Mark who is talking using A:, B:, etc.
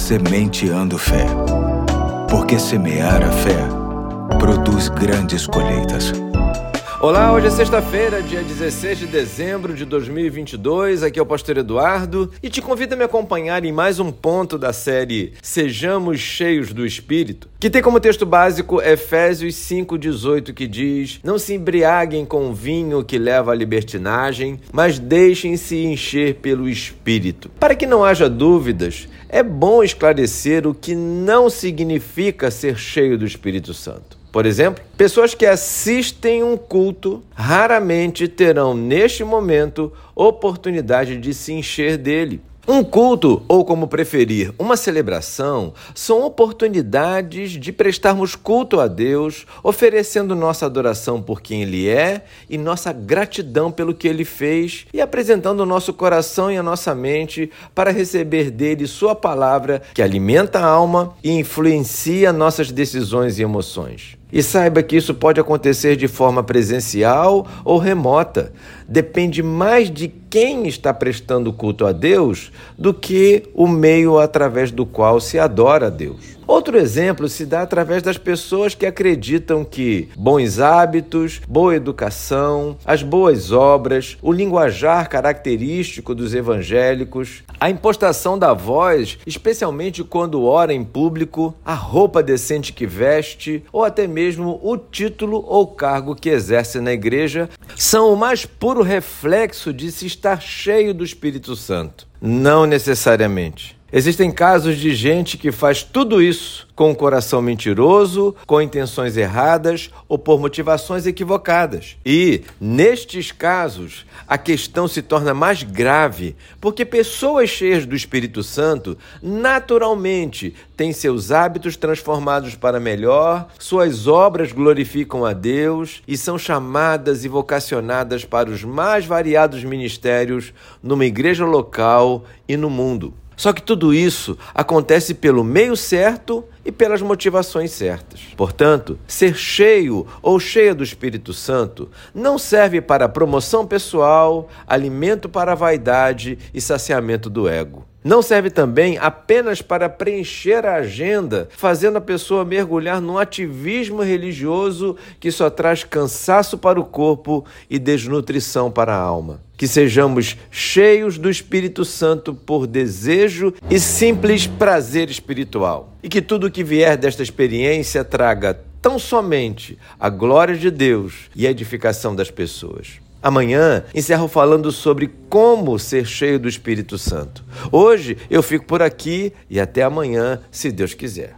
A: Sementeando Fé. Porque semear a fé produz grandes colheitas.
B: Olá, hoje é sexta-feira, dia 16 de dezembro de 2022, aqui é o Pastor Eduardo e te convido a me acompanhar em mais um ponto da série Sejamos Cheios do Espírito, que tem como texto básico Efésios 5,18, que diz: não se embriaguem com vinho que leva à libertinagem, mas deixem-se encher pelo Espírito. Para que não haja dúvidas, é bom esclarecer o que não significa ser cheio do Espírito Santo. Por exemplo, pessoas que assistem um culto raramente terão, neste momento, oportunidade de se encher dele. Um culto, ou como preferir, uma celebração, são oportunidades de prestarmos culto a Deus, oferecendo nossa adoração por quem Ele é e nossa gratidão pelo que Ele fez e apresentando o nosso coração e a nossa mente para receber dele Sua palavra que alimenta a alma e influencia nossas decisões e emoções. E saiba que isso pode acontecer de forma presencial ou remota. Depende mais de quem está prestando culto a Deus do que o meio através do qual se adora a Deus. Outro exemplo se dá através das pessoas que acreditam que bons hábitos, boa educação, as boas obras, o linguajar característico dos evangélicos, a impostação da voz, especialmente quando ora em público, a roupa decente que veste ou até mesmo o título ou cargo que exerce na igreja, são o mais puro reflexo de se estar cheio do Espírito Santo. Não necessariamente. Existem casos de gente que faz tudo isso com um coração mentiroso, com intenções erradas ou por motivações equivocadas. E, nestes casos, a questão se torna mais grave, porque pessoas cheias do Espírito Santo naturalmente têm seus hábitos transformados para melhor, suas obras glorificam a Deus e são chamadas e vocacionadas para os mais variados ministérios numa igreja local e no mundo. Só que tudo isso acontece pelo meio certo e pelas motivações certas. Portanto, ser cheio ou cheia do Espírito Santo não serve para promoção pessoal, alimento para a vaidade e saciamento do ego. Não serve também apenas para preencher a agenda, fazendo a pessoa mergulhar num ativismo religioso que só traz cansaço para o corpo e desnutrição para a alma. Que sejamos cheios do Espírito Santo por desejo e simples prazer espiritual. E que tudo que vier desta experiência traga tão somente a glória de Deus e a edificação das pessoas. Amanhã encerro falando sobre como ser cheio do Espírito Santo. Hoje eu fico por aqui e até amanhã, se Deus quiser.